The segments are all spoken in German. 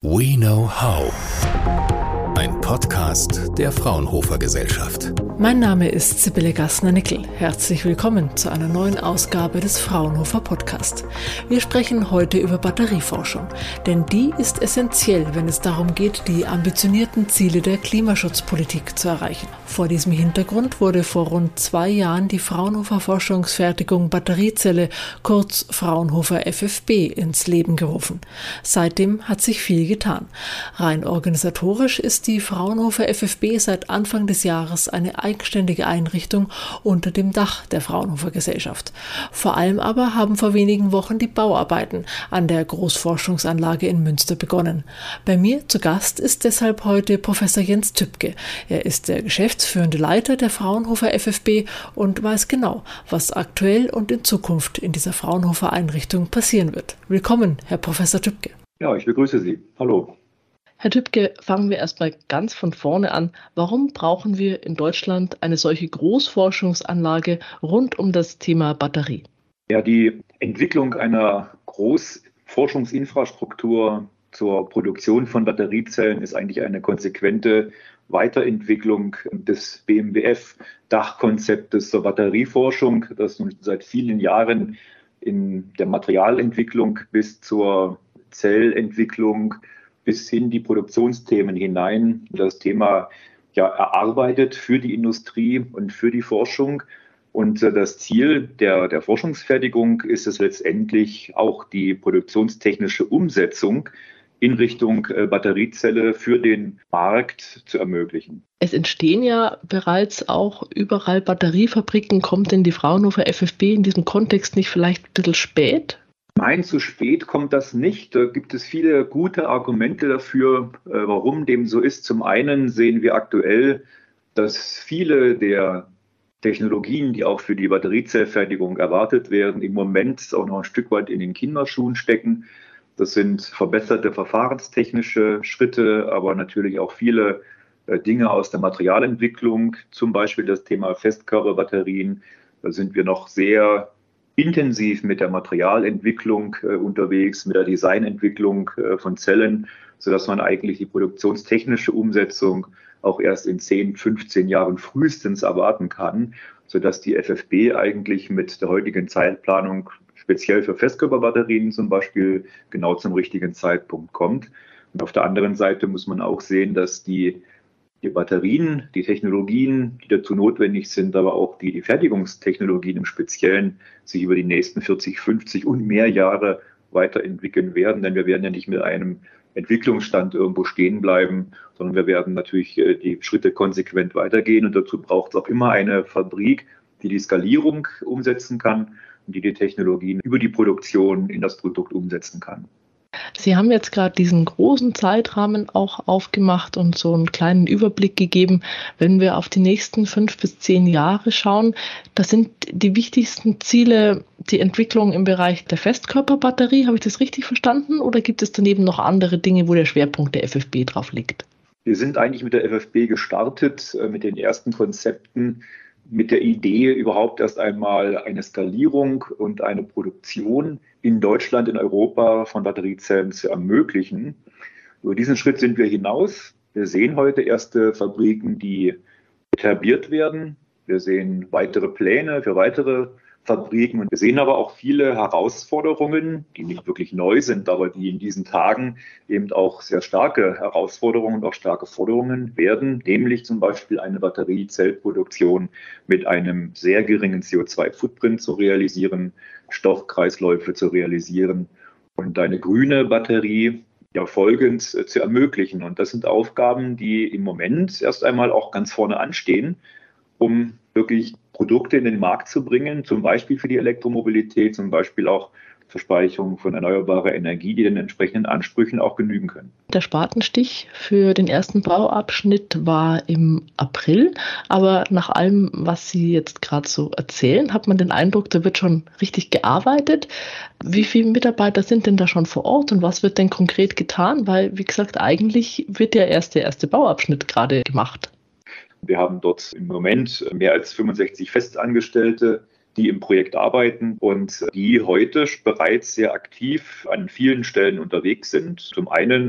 We Know How. Ein Podcast der Fraunhofer Gesellschaft. Mein Name ist Sibylle Gassner-Nickel. Herzlich willkommen zu einer neuen Ausgabe des Fraunhofer Podcast. Wir sprechen heute über Batterieforschung, denn die ist essentiell, wenn es darum geht, die ambitionierten Ziele der Klimaschutzpolitik zu erreichen. Vor diesem Hintergrund wurde vor rund 2 Jahren die Fraunhofer Forschungsfertigung Batteriezelle, kurz Fraunhofer FFB, ins Leben gerufen. Seitdem hat sich viel getan. Rein organisatorisch ist die Fraunhofer FFB seit Anfang des Jahres eine eigenständige Einrichtung unter dem Dach der Fraunhofer Gesellschaft. Vor allem aber haben vor wenigen Wochen die Bauarbeiten an der Großforschungsanlage in Münster begonnen. Bei mir zu Gast ist deshalb heute Professor Jens Tübke. Er ist der geschäftsführende Leiter der Fraunhofer FFB und weiß genau, was aktuell und in Zukunft in dieser Fraunhofer Einrichtung passieren wird. Willkommen, Herr Professor Tübke. Ja, ich begrüße Sie. Hallo. Herr Tübke, fangen wir erstmal ganz von vorne an. Warum brauchen wir in Deutschland eine solche Großforschungsanlage rund um das Thema Batterie? Ja, die Entwicklung einer Großforschungsinfrastruktur zur Produktion von Batteriezellen ist eigentlich eine konsequente Weiterentwicklung des BMWF-Dachkonzeptes zur Batterieforschung, das nun seit vielen Jahren in der Materialentwicklung bis zur Zellentwicklung bis hin die Produktionsthemen hinein das Thema erarbeitet für die Industrie und für die Forschung. Und das Ziel der Forschungsfertigung ist es letztendlich auch die produktionstechnische Umsetzung in Richtung Batteriezelle für den Markt zu ermöglichen. Es entstehen ja bereits auch überall Batteriefabriken. Kommt denn die Fraunhofer FFB in diesem Kontext nicht vielleicht ein bisschen spät? Nein, zu spät kommt das nicht. Da gibt es viele gute Argumente dafür, warum dem so ist. Zum einen sehen wir aktuell, dass viele der Technologien, die auch für die Batteriezellfertigung erwartet werden, im Moment auch noch ein Stück weit in den Kinderschuhen stecken. Das sind verbesserte verfahrenstechnische Schritte, aber natürlich auch viele Dinge aus der Materialentwicklung, zum Beispiel das Thema Festkörperbatterien. Da sind wir noch sehr intensiv mit der Materialentwicklung unterwegs, mit der Designentwicklung von Zellen, sodass man eigentlich die produktionstechnische Umsetzung auch erst in 10, 15 Jahren frühestens erwarten kann, sodass die FFB eigentlich mit der heutigen Zeitplanung speziell für Festkörperbatterien zum Beispiel genau zum richtigen Zeitpunkt kommt. Und auf der anderen Seite muss man auch sehen, dass die Batterien, die Technologien, die dazu notwendig sind, aber auch die Fertigungstechnologien im Speziellen sich über die nächsten 40, 50 und mehr Jahre weiterentwickeln werden. Denn wir werden ja nicht mit einem Entwicklungsstand irgendwo stehen bleiben, sondern wir werden natürlich die Schritte konsequent weitergehen. Und dazu braucht es auch immer eine Fabrik, die die Skalierung umsetzen kann und die Technologien über die Produktion in das Produkt umsetzen kann. Sie haben jetzt gerade diesen großen Zeitrahmen auch aufgemacht und so einen kleinen Überblick gegeben. Wenn wir auf die nächsten 5 bis 10 Jahre schauen, das sind die wichtigsten Ziele die Entwicklung im Bereich der Festkörperbatterie. Habe ich das richtig verstanden? Oder gibt es daneben noch andere Dinge, wo der Schwerpunkt der FFB drauf liegt? Wir sind eigentlich mit der FFB gestartet, mit den ersten Konzepten, mit der Idee, überhaupt erst einmal eine Skalierung und eine Produktion in Deutschland, in Europa von Batteriezellen zu ermöglichen. Über diesen Schritt sind wir hinaus. Wir sehen heute erste Fabriken, die etabliert werden. Wir sehen weitere Pläne für weitere Fabriken und wir sehen aber auch viele Herausforderungen, die nicht wirklich neu sind, aber die in diesen Tagen eben auch sehr starke Herausforderungen und auch starke Forderungen werden, nämlich zum Beispiel eine Batteriezellproduktion mit einem sehr geringen CO2-Footprint zu realisieren, Stoffkreisläufe zu realisieren und eine grüne Batterie folgend zu ermöglichen. Und das sind Aufgaben, die im Moment erst einmal auch ganz vorne anstehen, um wirklich Produkte in den Markt zu bringen, zum Beispiel für die Elektromobilität, zum Beispiel auch zur Speicherung von erneuerbarer Energie, die den entsprechenden Ansprüchen auch genügen können. Der Spatenstich für den ersten Bauabschnitt war im April, aber nach allem, was Sie jetzt gerade so erzählen, hat man den Eindruck, da wird schon richtig gearbeitet. Wie viele Mitarbeiter sind denn da schon vor Ort und was wird denn konkret getan? Weil, wie gesagt, eigentlich wird ja erst der erste Bauabschnitt gerade gemacht. Wir haben dort im Moment mehr als 65 Festangestellte, die im Projekt arbeiten und die heute bereits sehr aktiv an vielen Stellen unterwegs sind. Zum einen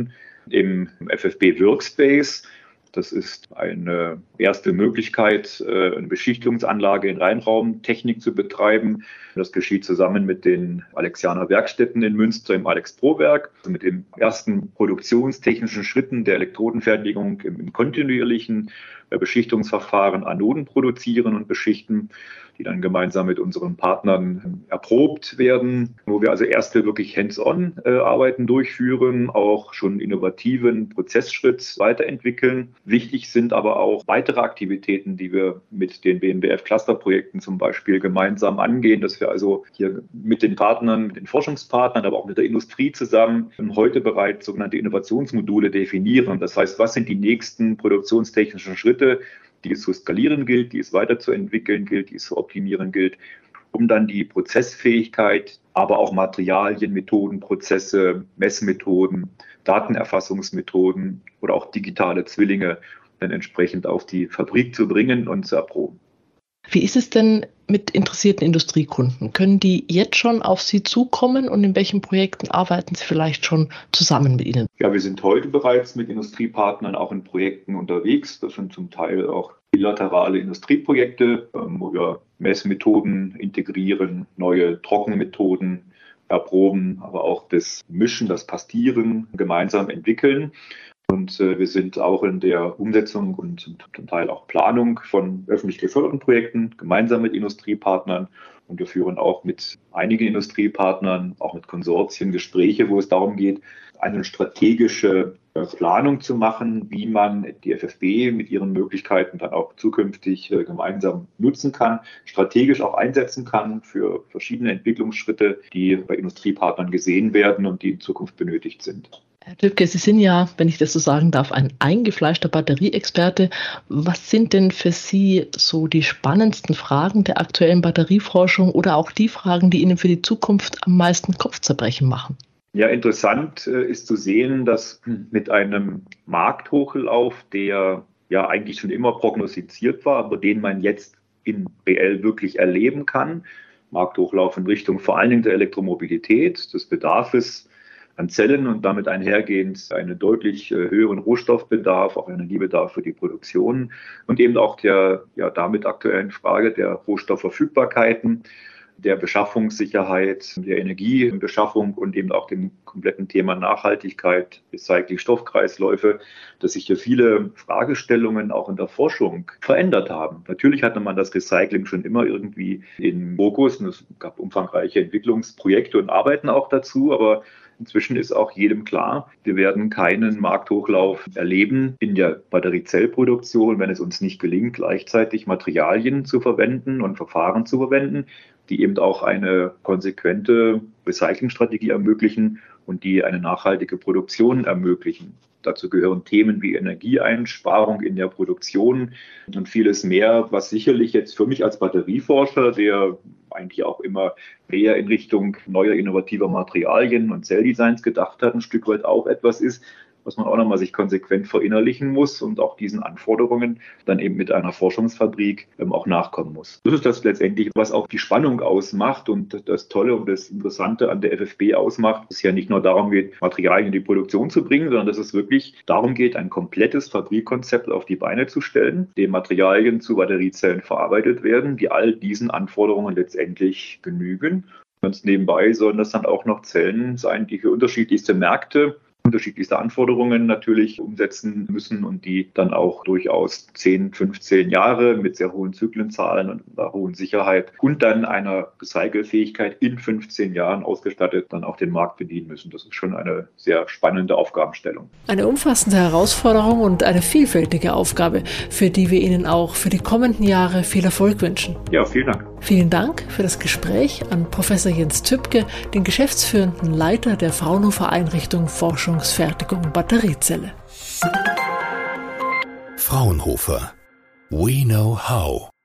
im FFB Workspace. Das ist eine erste Möglichkeit, eine Beschichtungsanlage in Reinraumtechnik zu betreiben. Das geschieht zusammen mit den Alexianer Werkstätten in Münster im Alex Pro Werk, also mit den ersten produktionstechnischen Schritten der Elektrodenfertigung im kontinuierlichen Beschichtungsverfahren Anoden produzieren und beschichten, die dann gemeinsam mit unseren Partnern erprobt werden, wo wir also erste wirklich Hands-on-Arbeiten durchführen, auch schon innovativen Prozessschritt weiterentwickeln. Wichtig sind aber auch weitere Aktivitäten, die wir mit den BMBF-Cluster-Projekten zum Beispiel gemeinsam angehen, dass wir also hier mit den Partnern, mit den Forschungspartnern, aber auch mit der Industrie zusammen heute bereits sogenannte Innovationsmodule definieren. Das heißt, was sind die nächsten produktionstechnischen Schritte, die es zu skalieren gilt, die es weiterzuentwickeln gilt, die es zu optimieren gilt, um dann die Prozessfähigkeit, aber auch Materialien, Methoden, Prozesse, Messmethoden, Datenerfassungsmethoden oder auch digitale Zwillinge dann entsprechend auf die Fabrik zu bringen und zu erproben. Wie ist es denn mit interessierten Industriekunden? Können die jetzt schon auf Sie zukommen und in welchen Projekten arbeiten Sie vielleicht schon zusammen mit ihnen? Ja, wir sind heute bereits mit Industriepartnern auch in Projekten unterwegs. Das sind zum Teil auch bilaterale Industrieprojekte, wo wir Messmethoden integrieren, neue Trockenmethoden erproben, aber auch das Mischen, das Pastieren gemeinsam entwickeln. Und wir sind auch in der Umsetzung und zum Teil auch Planung von öffentlich geförderten Projekten gemeinsam mit Industriepartnern. Und wir führen auch mit einigen Industriepartnern, auch mit Konsortien Gespräche, wo es darum geht, eine strategische Planung zu machen, wie man die FFB mit ihren Möglichkeiten dann auch zukünftig gemeinsam nutzen kann, strategisch auch einsetzen kann für verschiedene Entwicklungsschritte, die bei Industriepartnern gesehen werden und die in Zukunft benötigt sind. Herr Dülpke, Sie sind ja, wenn ich das so sagen darf, ein eingefleischter Batterieexperte. Was sind denn für Sie so die spannendsten Fragen der aktuellen Batterieforschung oder auch die Fragen, die Ihnen für die Zukunft am meisten Kopfzerbrechen machen? Ja, interessant ist zu sehen, dass mit einem Markthochlauf, der ja eigentlich schon immer prognostiziert war, aber den man jetzt reell wirklich erleben kann, Markthochlauf in Richtung vor allen Dingen der Elektromobilität, des Bedarfs an Zellen und damit einhergehend einen deutlich höheren Rohstoffbedarf, auch Energiebedarf für die Produktion und eben auch der damit aktuellen Frage der Rohstoffverfügbarkeiten, der Beschaffungssicherheit, der Energiebeschaffung und eben auch dem kompletten Thema Nachhaltigkeit, Recycling, Stoffkreisläufe, dass sich hier viele Fragestellungen auch in der Forschung verändert haben. Natürlich hatte man das Recycling schon immer irgendwie im Fokus und es gab umfangreiche Entwicklungsprojekte und Arbeiten auch dazu, aber inzwischen ist auch jedem klar, wir werden keinen Markthochlauf erleben in der Batteriezellproduktion, wenn es uns nicht gelingt, gleichzeitig Materialien zu verwenden und Verfahren zu verwenden, die eben auch eine konsequente Recyclingstrategie ermöglichen und die eine nachhaltige Produktion ermöglichen. Dazu gehören Themen wie Energieeinsparung in der Produktion und vieles mehr, was sicherlich jetzt für mich als Batterieforscher, der eigentlich auch immer mehr in Richtung neuer innovativer Materialien und Zelldesigns gedacht hat, ein Stück weit auch etwas ist, was man auch nochmal sich konsequent verinnerlichen muss und auch diesen Anforderungen dann eben mit einer Forschungsfabrik auch nachkommen muss. Das ist das letztendlich, was auch die Spannung ausmacht und das Tolle und das Interessante an der FFB ausmacht, dass es ja nicht nur darum geht, Materialien in die Produktion zu bringen, sondern dass es wirklich darum geht, ein komplettes Fabrikkonzept auf die Beine zu stellen, dem Materialien zu Batteriezellen verarbeitet werden, die all diesen Anforderungen letztendlich genügen. Ganz nebenbei sollen das dann auch noch Zellen sein, die für unterschiedlichste Märkte unterschiedlichste Anforderungen natürlich umsetzen müssen und die dann auch durchaus 10, 15 Jahre mit sehr hohen Zyklenzahlen und einer hohen Sicherheit und dann einer Recycelfähigkeit in 15 Jahren ausgestattet dann auch den Markt bedienen müssen. Das ist schon eine sehr spannende Aufgabenstellung. Eine umfassende Herausforderung und eine vielfältige Aufgabe, für die wir Ihnen auch für die kommenden Jahre viel Erfolg wünschen. Ja, vielen Dank. Vielen Dank für das Gespräch an Professor Jens Tübke, den geschäftsführenden Leiter der Fraunhofer Einrichtung Forschungsfertigung Batteriezelle. Fraunhofer. We know how.